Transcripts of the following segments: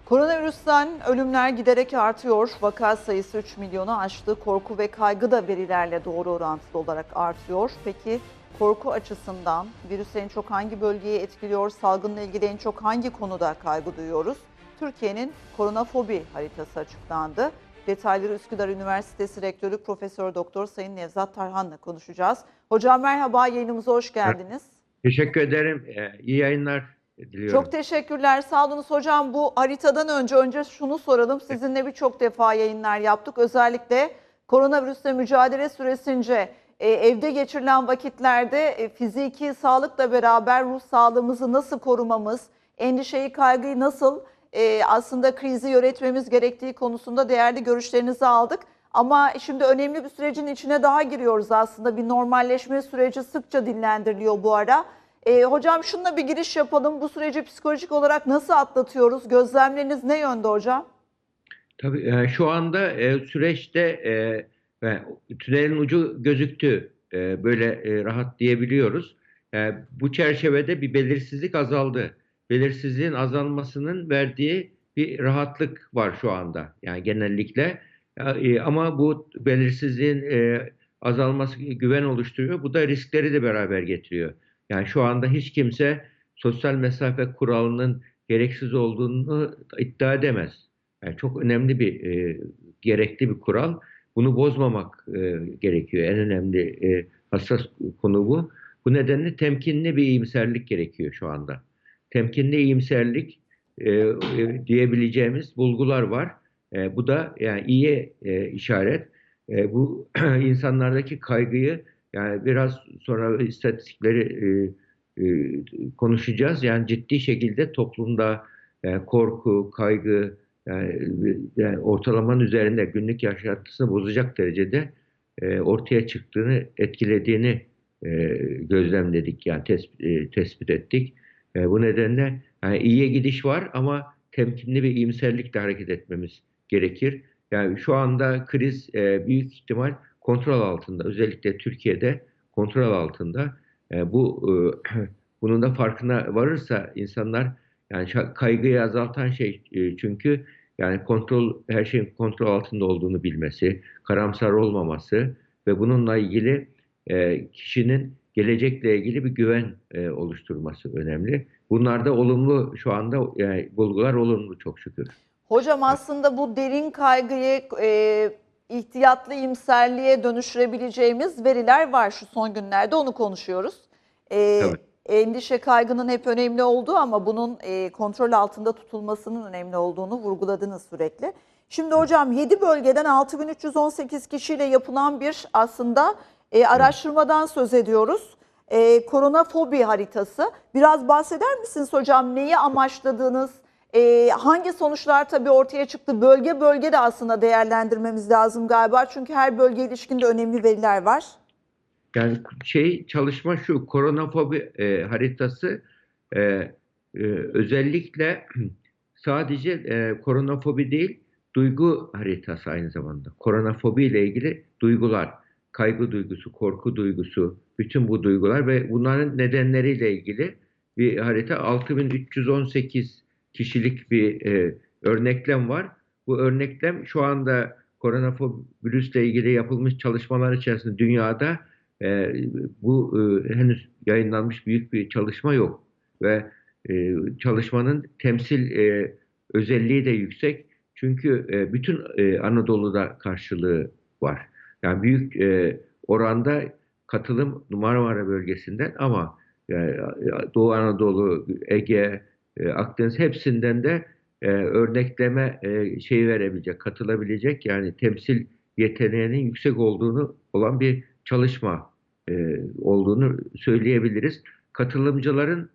Koronavirüsten ölümler giderek artıyor. Vaka sayısı 3 milyonu aştı. Korku ve kaygı da verilerle doğru orantılı olarak artıyor. Peki korku açısından virüs en çok hangi bölgeyi etkiliyor? Salgınla ilgili en çok hangi konuda kaygı duyuyoruz? Türkiye'nin koronafobi haritası açıklandı. Detayları Üsküdar Üniversitesi Rektörü Profesör Doktor Sayın Nevzat Tarhan'la konuşacağız. Hocam merhaba, yayınımıza hoş geldiniz. Teşekkür ederim. İyi yayınlar diliyorum. Çok teşekkürler. Sağ olunuz hocam. Bu haritadan önce şunu soralım. Sizinle birçok defa yayınlar yaptık. Özellikle koronavirüsle mücadele süresince evde geçirilen vakitlerde fiziki sağlıkla beraber ruh sağlığımızı nasıl korumamız, endişeyi, kaygıyı nasıl aslında krizi yönetmemiz gerektiği konusunda değerli görüşlerinizi aldık. Ama şimdi önemli bir sürecin içine daha giriyoruz aslında. Bir normalleşme süreci sıkça dillendiriliyor bu ara. Hocam şununla bir giriş yapalım. Bu süreci psikolojik olarak nasıl atlatıyoruz? Gözlemleriniz ne yönde hocam? Tabii şu anda süreçte tünelin ucu gözüktü. Böyle rahat diyebiliyoruz. Bu çerçevede bir belirsizlik azaldı. Belirsizliğin azalmasının verdiği bir rahatlık var şu anda. Yani genellikle. Ama bu belirsizliğin azalması güven oluşturuyor. Bu da riskleri de beraber getiriyor. Yani şu anda hiç kimse sosyal mesafe kuralının gereksiz olduğunu iddia edemez. Yani çok önemli gerekli bir kural. Bunu bozmamak gerekiyor. En önemli hassas konu bu. Bu nedenle temkinli bir iyimserlik gerekiyor şu anda. Temkinli iyimserlik diyebileceğimiz bulgular var. Bu da yani iyi işaret. Bu insanlardaki kaygıyı yani biraz sonra istatistikleri konuşacağız. Yani ciddi şekilde toplumda korku, kaygı, yani ortalamanın üzerinde günlük yaşantısını bozacak derecede ortaya çıktığını, etkilediğini e, gözlemledik, yani tespit ettik. Bu nedenle yani iyiye gidiş var ama temkinli ve iyimserlikle hareket etmemiz gerekir. Yani şu anda kriz büyük ihtimal kontrol altında, özellikle Türkiye'de kontrol altında. Bunun da farkına varırsa insanlar, yani kaygıyı azaltan şey çünkü yani her şeyin kontrol altında olduğunu bilmesi, karamsar olmaması ve bununla ilgili kişinin gelecekle ilgili bir güven oluşturması önemli. Bunlar da olumlu şu anda, yani bulgular olumlu çok şükür. Hocam aslında bu derin kaygıyı ihtiyatlı iyimserliğe dönüştürebileceğimiz veriler var şu son günlerde, onu konuşuyoruz. E, Tabii. Endişe, kaygının hep önemli olduğu ama bunun kontrol altında tutulmasının önemli olduğunu vurguladınız sürekli. Şimdi Evet. hocam 7 bölgeden 6318 kişiyle yapılan bir aslında Evet. araştırmadan söz ediyoruz. Koronafobi haritası. Biraz bahseder misiniz hocam? Neyi amaçladığınız, hangi sonuçlar tabii ortaya çıktı? Bölge bölge de aslında değerlendirmemiz lazım galiba. Çünkü her bölge ilişkinde önemli veriler var. Yani çalışma şu koronafobi haritası, e, özellikle sadece koronafobi değil, duygu haritası aynı zamanda. Koronafobi ile ilgili duygular, kaygı duygusu, korku duygusu, bütün bu duygular ve bunların nedenleriyle ilgili bir harita. 6318 kişilik bir örneklem var. Bu örneklem şu anda koronafobi virüsle ilgili yapılmış çalışmalar içerisinde dünyada e, henüz yayınlanmış büyük bir çalışma yok ve çalışmanın temsil özelliği de yüksek. Çünkü bütün Anadolu'da karşılığı var. Yani büyük oranda katılım Marmara bölgesinden ama Doğu Anadolu, Ege, Akdeniz hepsinden de örnekleme şey verebilecek, katılabilecek, yani temsil yeteneğinin yüksek olduğunu olan bir çalışma olduğunu söyleyebiliriz. Katılımcıların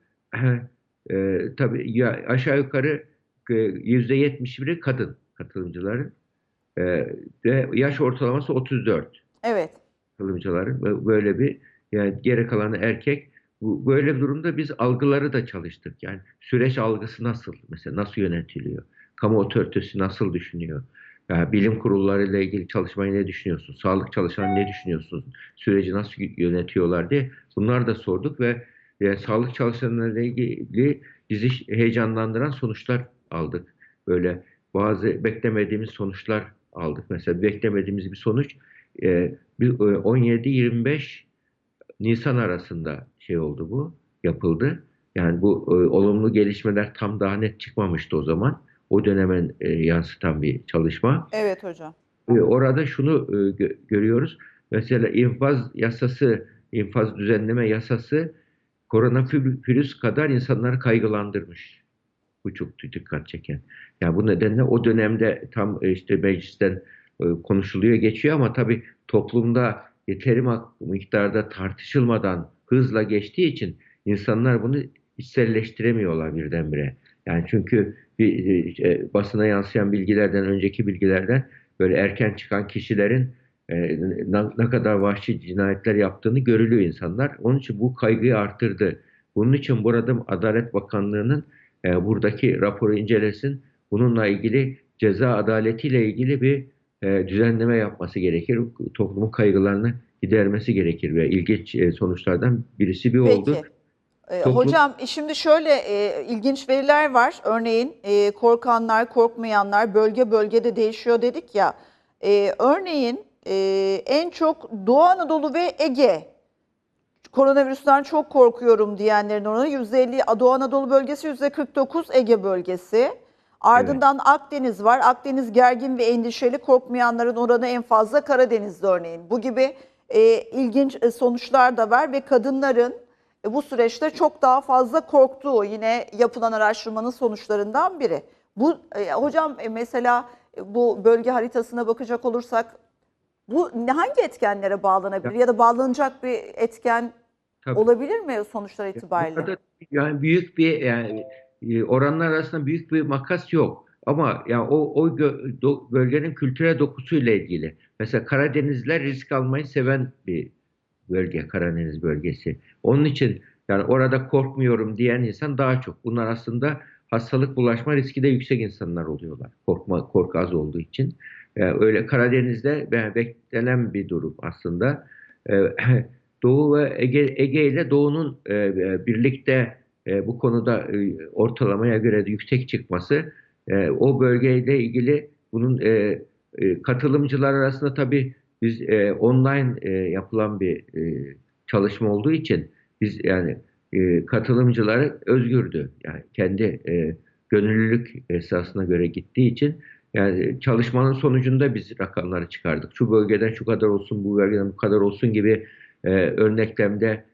tabii ya aşağı yukarı %71'i kadın katılımcıların, e, ve yaş ortalaması 34 Evet. katılımcıların, böyle bir, yani geri kalanı erkek. Böyle bir durumda biz algıları da çalıştık. Yani süreç algısı nasıl? Mesela nasıl yönetiliyor? Kamu otoritesi nasıl düşünüyor? Yani bilim kurullarıyla ilgili çalışmayı ne düşünüyorsun? Sağlık çalışanı ne düşünüyorsunuz? Süreci nasıl yönetiyorlar diye bunlar da sorduk ve sağlık çalışanlarıyla ilgili bizi heyecanlandıran sonuçlar aldık. böyle bazı beklemediğimiz sonuçlar aldık. Mesela beklemediğimiz bir sonuç, e, 17-25 Nisan arasında şey oldu, bu yapıldı. Yani bu olumlu gelişmeler tam daha net çıkmamıştı o zaman. O dönemin yansıtan bir çalışma. Evet hocam. Orada şunu görüyoruz. Mesela infaz düzenleme yasası koronavirüs kadar insanları kaygılandırmış. Bu çok dikkat çeken. Yani bu nedenle o dönemde tam işte meclisten konuşuluyor, geçiyor ama tabii toplumda yeteri miktarda tartışılmadan hızla geçtiği için insanlar bunu içselleştiremiyorlar birdenbire. Yani çünkü basına yansıyan bilgilerden, önceki bilgilerden böyle erken çıkan kişilerin ne kadar vahşi cinayetler yaptığını görülüyor insanlar. Onun için bu kaygıyı arttırdı. Bunun için burada Adalet Bakanlığı'nın buradaki raporu incelesin. Bununla ilgili ceza adaletiyle ilgili bir düzenleme yapması gerekir. Toplumun kaygılarını gidermesi gerekir ve ilginç sonuçlardan birisi bir oldu. Peki. Toplum Hocam şimdi şöyle ilginç veriler var. Örneğin korkanlar, korkmayanlar bölge bölgede değişiyor dedik ya. Örneğin en çok Doğu Anadolu ve Ege koronavirüsten çok korkuyorum diyenlerin oranı %50, Doğu Anadolu bölgesi, %49 Ege bölgesi. evet, Ardından Akdeniz var. Akdeniz gergin ve endişeli, korkmayanların oranı en fazla Karadeniz'de örneğin. Bu gibi ilginç sonuçlar da var ve kadınların bu süreçte çok daha fazla korktuğu yine yapılan araştırmanın sonuçlarından biri. Bu hocam mesela bu bölge haritasına bakacak olursak bu hangi etkenlere bağlanabilir ya, ya da bağlanacak bir etken tabii. olabilir mi sonuçlar Ya, itibariyle? burada yani büyük bir, yani oranlar arasında büyük bir makas yok. Ama yani bölgenin kültürel dokusuyla ilgili. Mesela Karadenizler risk almayı seven bir bölge, Karadeniz bölgesi. Onun için yani orada korkmuyorum diyen insan daha çok. Bunlar aslında hastalık bulaşma riski de yüksek insanlar oluyorlar. Korku az olduğu için. Öyle Karadeniz'de beklenen bir durum aslında. E, Doğu ve Ege ile Doğu'nun birlikte bu konuda ortalamaya göre de yüksek çıkması, o bölgeyle ilgili bunun katılımcılar arasında tabii biz online yapılan bir çalışma olduğu için biz yani katılımcıları özgürdü. Yani kendi gönüllülük esasına göre gittiği için yani çalışmanın sonucunda biz rakamları çıkardık. Şu bölgeden şu kadar olsun, bu bölgeden bu kadar olsun gibi örneklemde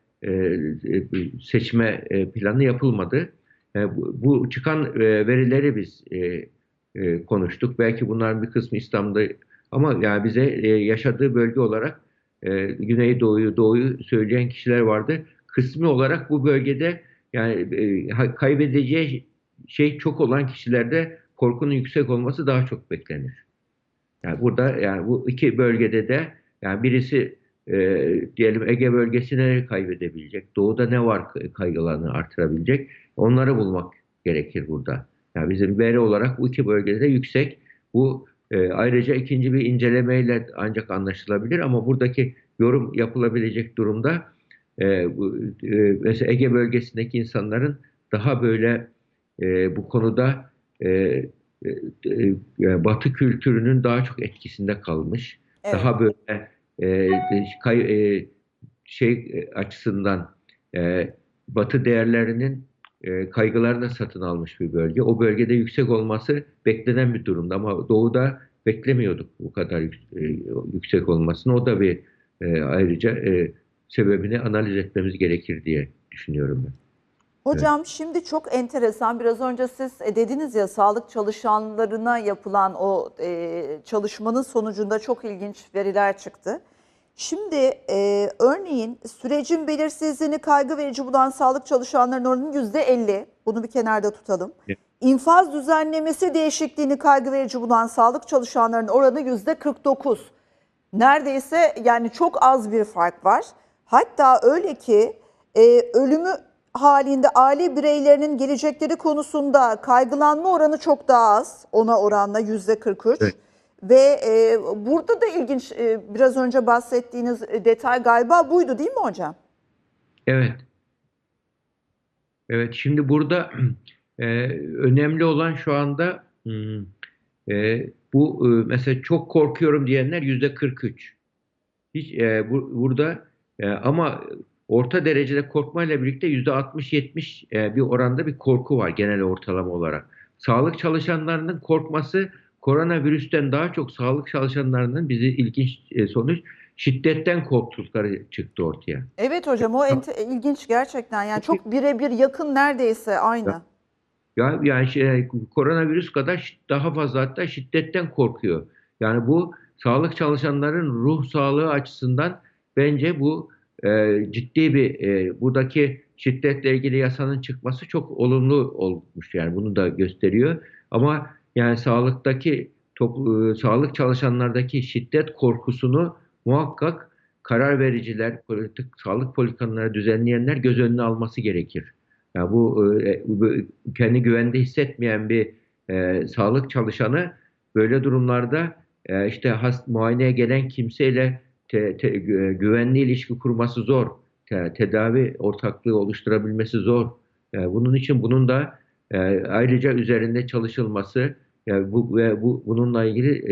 seçme planı yapılmadı. Bu çıkan verileri biz konuştuk. Belki bunların bir kısmı İslam'da, ama yani bize yaşadığı bölge olarak Güneydoğu'yu, Doğu'yu söyleyen kişiler vardı. Kısmi olarak bu bölgede yani kaybedeceği şey çok olan kişilerde korkunun yüksek olması daha çok beklenir. Yani burada yani bu iki bölgede de yani birisi diyelim Ege bölgesine kaybedebilecek, Doğu'da ne var kaygılarını artırabilecek, onları bulmak gerekir burada. Yani bizim veri olarak bu iki bölgede de yüksek. Bu ayrıca ikinci bir incelemeyle ancak anlaşılabilir, ama buradaki yorum yapılabilecek durumda mesela Ege bölgesindeki insanların daha böyle bu konuda Batı kültürünün daha çok etkisinde kalmış. Evet. Daha böyle açısından Batı değerlerinin kaygılarını satın almış bir bölge. O bölgede yüksek olması beklenen bir durumda, ama Doğu'da beklemiyorduk bu kadar yüksek olmasını. O da bir ayrıca sebebini analiz etmemiz gerekir diye düşünüyorum ben. Evet. Hocam şimdi çok enteresan. Biraz önce siz dediniz ya sağlık çalışanlarına yapılan o çalışmanın sonucunda çok ilginç veriler çıktı. Şimdi örneğin sürecin belirsizliğini kaygı verici bulan sağlık çalışanlarının oranı %50. Bunu bir kenarda tutalım. İnfaz düzenlemesi değişikliğini kaygı verici bulan sağlık çalışanlarının oranı %49. Neredeyse yani çok az bir fark var. Hatta öyle ki ölümü halinde aile bireylerinin gelecekleri konusunda kaygılanma oranı çok daha az. Ona oranla %43. Evet. Ve burada da ilginç biraz önce bahsettiğiniz detay galiba buydu değil mi hocam? Evet. Evet, şimdi burada önemli olan şu anda Hmm. Bu mesela çok korkuyorum diyenler %43. Hiç burada ama orta derecede korkmayla birlikte %60-70 bir oranda bir korku var genel ortalama olarak. Sağlık çalışanlarının korkması koronavirüsten daha çok sağlık çalışanlarının bizi ilginç sonuç şiddetten korktukları çıktı ortaya. Evet hocam, o ilginç gerçekten. Yani çok birebir yakın, neredeyse aynı. Ya yani koronavirüs kadar daha fazla hatta şiddetten korkuyor. Yani bu sağlık çalışanların ruh sağlığı açısından bence bu ciddi bir buradaki şiddetle ilgili yasanın çıkması çok olumlu olmuş yani bunu da gösteriyor. Ama yani sağlık çalışanlardaki şiddet korkusunu muhakkak karar vericiler, sağlık politikaları düzenleyenler göz önüne alması gerekir. Ya bu kendi güvende hissetmeyen bir sağlık çalışanı böyle durumlarda işte muayeneye gelen kimseyle güvenli ilişki kurması zor. Tedavi ortaklığı oluşturabilmesi zor. Bunun için bunun da ayrıca üzerinde çalışılması bununla ilgili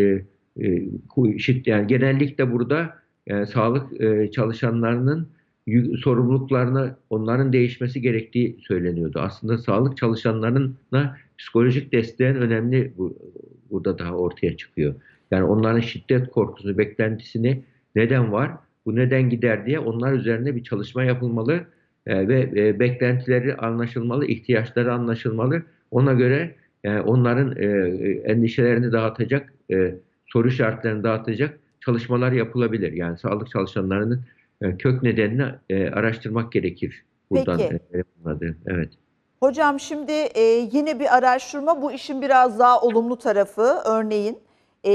yani genellikle burada sağlık çalışanlarının sorumluluklarına onların değişmesi gerektiği söyleniyordu. Aslında sağlık çalışanlarına psikolojik desteğin önemli burada daha ortaya çıkıyor. Yani onların şiddet korkusunu, beklentisini neden var, bu neden gider diye onlar üzerine bir çalışma yapılmalı ve beklentileri anlaşılmalı, ihtiyaçları anlaşılmalı. Ona göre onların endişelerini dağıtacak, soru işaretlerini dağıtacak çalışmalar yapılabilir. Yani sağlık çalışanlarının kök nedenini araştırmak gerekir. Buradan Peki. adı. Evet. Hocam şimdi yine bir araştırma, bu işin biraz daha olumlu tarafı. Örneğin e,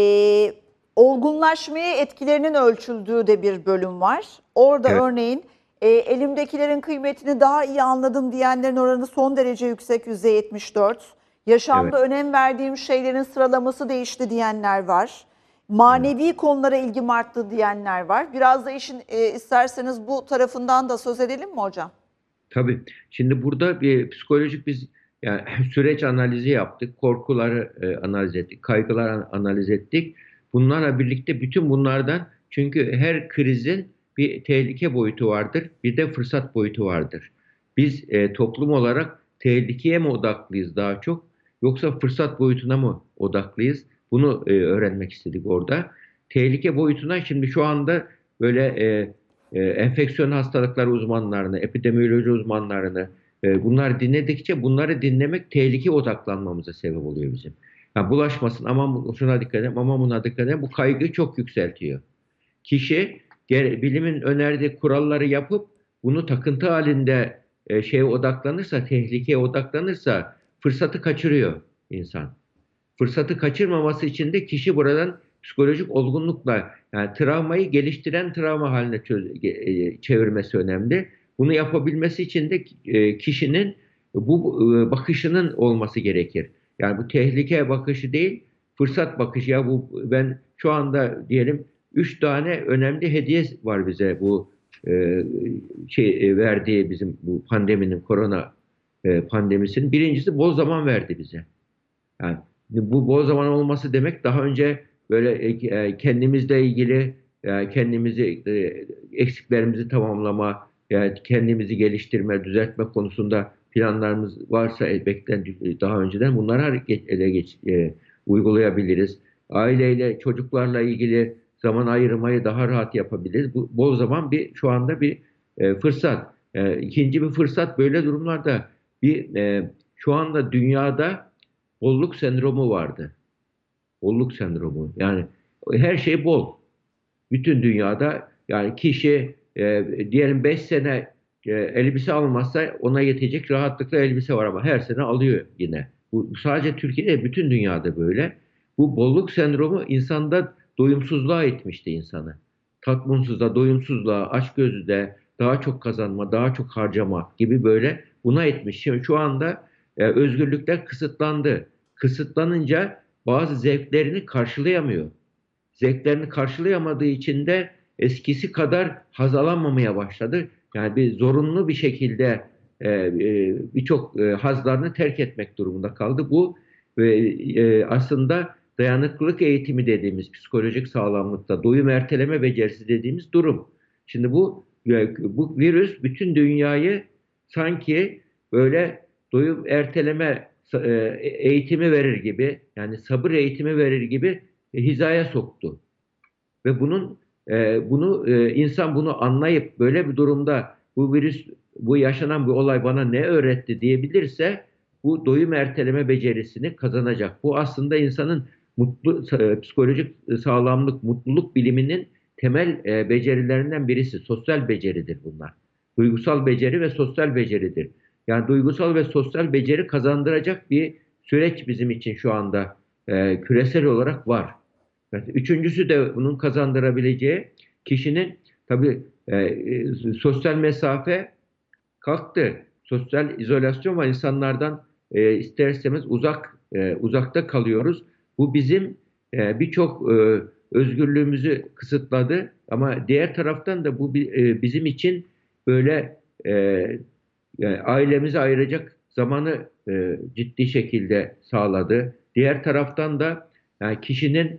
olgunlaşmaya etkilerinin ölçüldüğü de bir bölüm var. Orada Evet. örneğin elimdekilerin kıymetini daha iyi anladım diyenlerin oranı son derece yüksek, %74. Evet. Yaşamda önem verdiğim şeylerin sıralaması değişti diyenler var. Evet. Manevi konulara ilgim arttı diyenler var. Biraz da işin isterseniz bu tarafından da söz edelim mi hocam? Tabii. Şimdi burada bir psikolojik biz yani süreç analizi yaptık. Korkuları analiz ettik. Kaygıları analiz ettik. Bunlarla birlikte bütün bunlardan çünkü her krizin bir tehlike boyutu vardır. Bir de fırsat boyutu vardır. Biz toplum olarak tehlikeye mi odaklıyız daha çok yoksa fırsat boyutuna mı odaklıyız? Bunu öğrenmek istedik orada. Tehlike boyutuna şimdi şu anda böyle enfeksiyon hastalıkları uzmanlarını, epidemioloji uzmanlarını bunlar dinledikçe bunları dinlemek tehlike odaklanmamıza sebep oluyor bizim. Yani bulaşmasın, aman şuna dikkat edin, aman buna dikkat edin. Bu kaygıyı çok yükseltiyor. Kişi bilimin önerdiği kuralları yapıp bunu takıntı halinde şeye odaklanırsa, tehlikeye odaklanırsa fırsatı kaçırıyor insan. Fırsatı kaçırmaması için de kişi buradan psikolojik olgunlukla yani travmayı geliştiren travma haline çevirmesi önemli. Bunu yapabilmesi için de kişinin bu bakışının olması gerekir. Yani bu tehlike bakışı değil, fırsat bakışı. Ya bu ben şu anda diyelim 3 tane önemli hediye var bize bu verdiği bizim bu pandeminin korona pandemisinin. Birincisi bol zaman verdi bize. Yani bu bol zaman olması demek daha önce böyle kendimizle ilgili kendimizi eksiklerimizi tamamlama, kendimizi geliştirme, düzeltme konusunda planlarımız varsa daha önceden bunları uygulayabiliriz. Aileyle, çocuklarla ilgili zaman ayırmayı daha rahat yapabiliriz. Bu bol zaman şu anda bir fırsat. İkinci bir fırsat böyle durumlarda şu anda dünyada bolluk sendromu vardı. Bolluk sendromu. Yani her şey bol. Bütün dünyada yani kişi diyelim 5 sene elbise almazsa ona yetecek rahatlıkla elbise var ama her sene alıyor yine. Bu sadece Türkiye'de bütün dünyada böyle. Bu bolluk sendromu insanda doyumsuzluğa itmişti insanı. Tatminsizliğe, doyumsuzluğa, açgözlüğe, daha çok kazanma, daha çok harcama gibi böyle buna itmiş. Şimdi şu anda özgürlükler kısıtlandı. Kısıtlanınca bazı zevklerini karşılayamıyor. Zevklerini karşılayamadığı için de eskisi kadar haz alamamaya başladı. Yani bir zorunlu bir şekilde birçok hazlarını terk etmek durumunda kaldı. Bu ve aslında dayanıklılık eğitimi dediğimiz psikolojik sağlamlıkta doyum erteleme becerisi dediğimiz durum. Şimdi bu virüs bütün dünyayı sanki böyle doyum erteleme eğitimi verir gibi, yani sabır eğitimi verir gibi hizaya soktu. Ve insan bunu anlayıp böyle bir durumda bu virüs, bu yaşanan bir olay bana ne öğretti diyebilirse bu doyum erteleme becerisini kazanacak. Bu aslında insanın psikolojik sağlamlık, mutluluk biliminin temel becerilerinden birisi. Sosyal beceridir bunlar. Duygusal beceri ve sosyal beceridir. Yani duygusal ve sosyal beceri kazandıracak bir süreç bizim için şu anda küresel olarak var. Evet, üçüncüsü de bunun kazandırabileceği kişinin tabii sosyal mesafe kalktı. Sosyal izolasyon var. İnsanlardan ister istemez uzakta kalıyoruz. Bu bizim birçok özgürlüğümüzü kısıtladı. Ama diğer taraftan da bizim için böyle yani ailemize ayıracak zamanı ciddi şekilde sağladı. Diğer taraftan da yani kişinin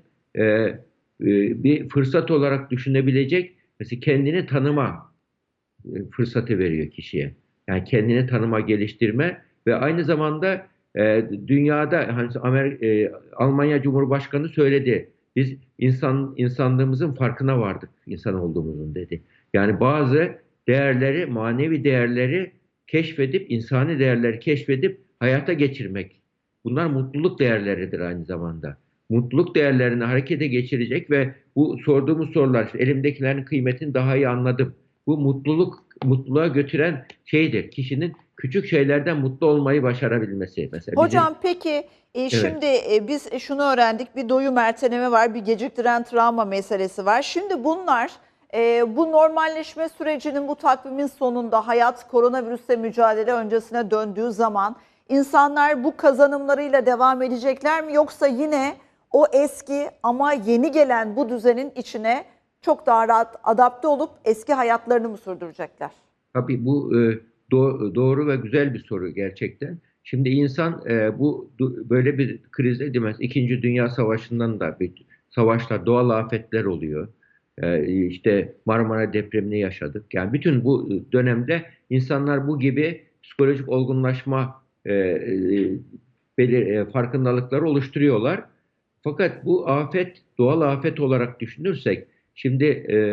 bir fırsat olarak düşünebilecek mesela kendini tanıma fırsatı veriyor kişiye. Yani kendini tanıma, geliştirme ve aynı zamanda dünyada hani Almanya Cumhurbaşkanı söyledi. Biz insanlığımızın farkına vardık, insan olduğumuzun dedi. Yani bazı değerleri, manevi değerleri keşfedip, insani değerleri keşfedip hayata geçirmek. Bunlar mutluluk değerleridir aynı zamanda. Mutluluk değerlerini harekete geçirecek ve bu sorduğumuz sorular, işte elimdekilerin kıymetini daha iyi anladım. Bu mutluluğa götüren şeydir. Kişinin küçük şeylerden mutlu olmayı başarabilmesi. Mesela Hocam peki evet, şimdi biz şunu öğrendik, bir doyum erteleme var, bir geciktiren travma meselesi var. Şimdi bunlar bu normalleşme sürecinin, bu takvimin sonunda hayat koronavirüsle mücadele öncesine döndüğü zaman insanlar bu kazanımlarıyla devam edecekler mi? Yoksa yine o eski ama yeni gelen bu düzenin içine çok daha rahat adapte olup eski hayatlarını mı sürdürecekler? tabii bu doğru ve güzel bir soru gerçekten. Şimdi insan böyle bir krize demez. İkinci Dünya Savaşı'ndan da bir savaşlar, doğal afetler oluyor. İşte Marmara depremini yaşadık. Yani bütün bu dönemde insanlar bu gibi psikolojik olgunlaşma farkındalıkları oluşturuyorlar. Fakat bu afet, doğal afet olarak düşünürsek, şimdi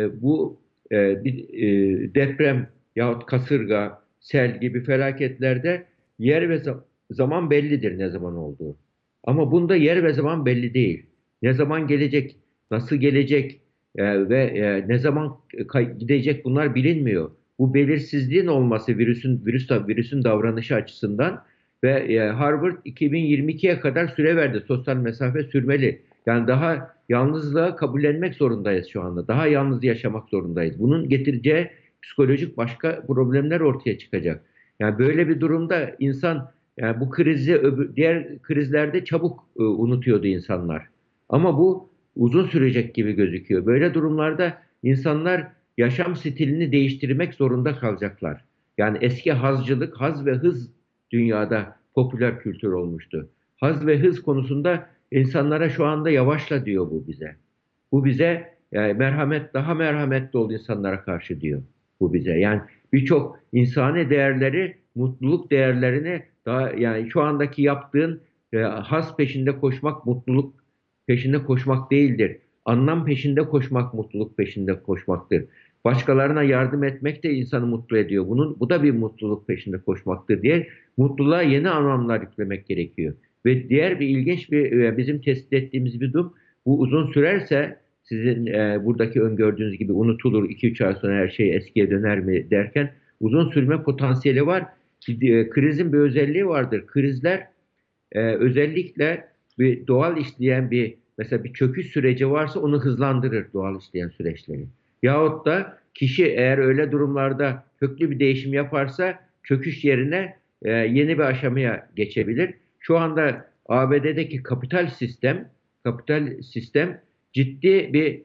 bir deprem yahut kasırga, sel gibi felaketlerde yer ve zaman bellidir ne zaman olduğu. Ama bunda yer ve zaman belli değil. Ne zaman gelecek, nasıl gelecek ne zaman gidecek bunlar bilinmiyor. Bu belirsizliğin olması virüsün davranışı açısından ve Harvard 2022'ye kadar süre verdi. Sosyal mesafe sürmeli. Yani daha yalnızlığa kabullenmek zorundayız şu anda. Daha yalnız yaşamak zorundayız. Bunun getireceği psikolojik başka problemler ortaya çıkacak. Yani böyle bir durumda insan yani bu diğer krizlerde çabuk unutuyordu insanlar. Ama bu uzun sürecek gibi gözüküyor. Böyle durumlarda insanlar yaşam stilini değiştirmek zorunda kalacaklar. Yani eski haz ve hız dünyada popüler kültür olmuştu. Haz ve hız konusunda insanlara şu anda yavaşla diyor bu bize. Bu bize yani daha merhametli ol insanlara karşı diyor bu bize. Yani birçok insani değerleri, mutluluk değerlerini daha yani şu andaki yaptığın haz peşinde koşmak, mutluluk peşinde koşmak değildir. Anlam peşinde koşmak, mutluluk peşinde koşmaktır. Başkalarına yardım etmek de insanı mutlu ediyor. Bu da bir mutluluk peşinde koşmaktır diye mutluluğa yeni anlamlar yüklemek gerekiyor. Ve diğer bir ilginç bizim tespit ettiğimiz bir durum bu uzun sürerse sizin buradaki öngördüğünüz gibi unutulur 2-3 ay sonra her şey eskiye döner mi derken uzun sürme potansiyeli var. Krizin bir özelliği vardır. Krizler özellikle bir doğal işleyen mesela bir çöküş süreci varsa onu hızlandırır doğal işleyen süreçleri. Yahut da kişi eğer öyle durumlarda köklü bir değişim yaparsa çöküş yerine yeni bir aşamaya geçebilir. Şu anda ABD'deki kapital sistem ciddi bir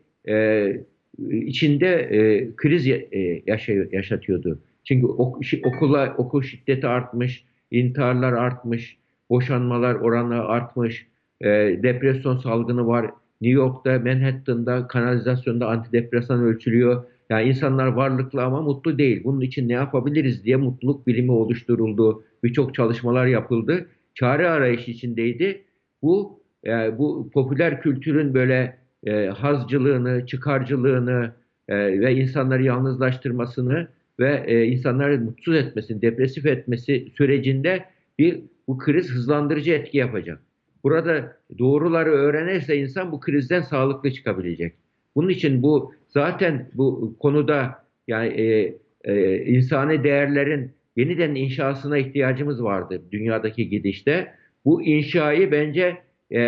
içinde kriz yaşatıyordu. Çünkü okul şiddeti artmış, intiharlar artmış, boşanmalar oranı artmış, depresyon salgını var. New York'ta, Manhattan'da, kanalizasyonda antidepresan ölçülüyor. Yani insanlar varlıklı ama mutlu değil. Bunun için ne yapabiliriz diye mutluluk bilimi oluşturuldu. Birçok çalışmalar yapıldı. Çare arayış içindeydi. Bu popüler kültürün böyle hazcılığını, çıkarcılığını ve insanları yalnızlaştırmasını ve insanları mutsuz etmesini, depresif etmesi sürecinde bu kriz hızlandırıcı etki yapacak. Burada doğruları öğrenirse insan bu krizden sağlıklı çıkabilecek. Bunun için zaten bu konuda yani insani değerlerin yeniden inşasına ihtiyacımız vardı dünyadaki gidişte. Bu inşayı bence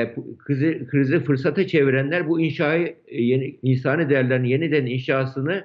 krizi fırsata çevirenler bu insani değerlerin yeniden inşasını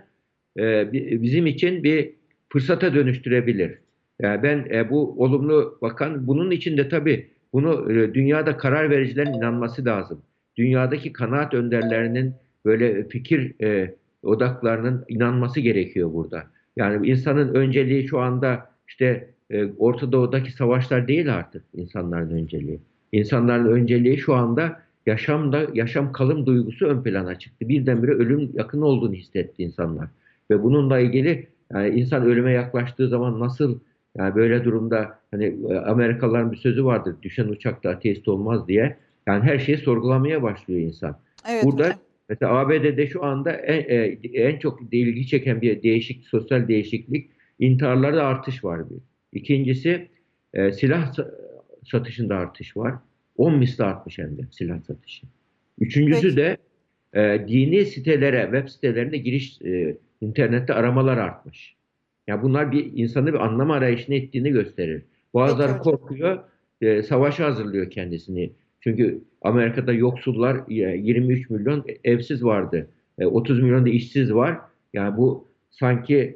bizim için bir fırsata dönüştürebilir. Yani ben bu olumlu bakan, bunun için de tabii dünyada karar vericilerin inanması lazım. Dünyadaki kanaat önderlerinin böyle fikir odaklarının inanması gerekiyor burada. Yani insanın önceliği şu anda işte Orta Doğu'daki savaşlar değil artık insanların önceliği. İnsanların önceliği şu anda yaşam kalım duygusu ön plana çıktı. Birdenbire ölüm yakın olduğunu hissetti insanlar. Ve bununla ilgili yani insan ölüme yaklaştığı zaman nasıl yani böyle durumda hani Amerikalıların bir sözü vardır. Düşen uçakta ateist olmaz diye. Yani her şeyi sorgulamaya başlıyor insan. Evet Burada hocam. mesela ABD'de şu anda en çok ilgi çeken bir sosyal değişiklik intiharlarda artış var bir. İkincisi silah satışında artış var. 10 misli artmış hem de silah satışı. Üçüncüsü Peki. de dini sitelere, web sitelerine internette aramalar artmış. Ya bunlar bir insanı bir anlam arayışını ettiğini gösterir. Peki Bazıları hocam. korkuyor, savaşa hazırlıyor kendisini. Çünkü Amerika'da yoksullar 23 milyon evsiz vardı. 30 milyon da işsiz var. Yani bu sanki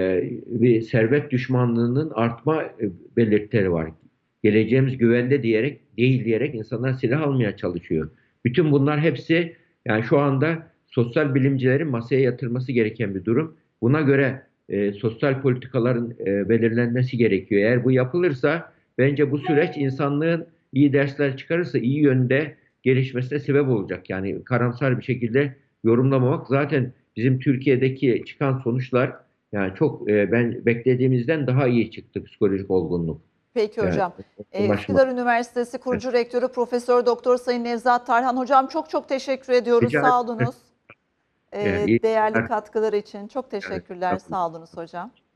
bir servet düşmanlığının artma belirtileri var. Geleceğimiz güvende değil diyerek insanlar silah almaya çalışıyor. Bütün bunlar hepsi yani şu anda sosyal bilimcilerin masaya yatırması gereken bir durum. Buna göre sosyal politikaların belirlenmesi gerekiyor. Eğer bu yapılırsa bence bu süreç insanlığın iyi dersler çıkarırsa iyi yönde gelişmesine sebep olacak. Yani karamsar bir şekilde yorumlamamak zaten bizim Türkiye'deki çıkan sonuçlar yani çok ben beklediğimizden daha iyi çıktı psikolojik olgunluk. Peki Yani hocam. ulaşma. Üsküdar Üniversitesi kurucu rektörü Profesör Doktor Sayın Nevzat Tarhan hocam çok çok teşekkür ediyoruz. Rica Sağ olunuz. iyi. Değerli katkıları için çok Evet, teşekkürler. Sağ olunuz hocam.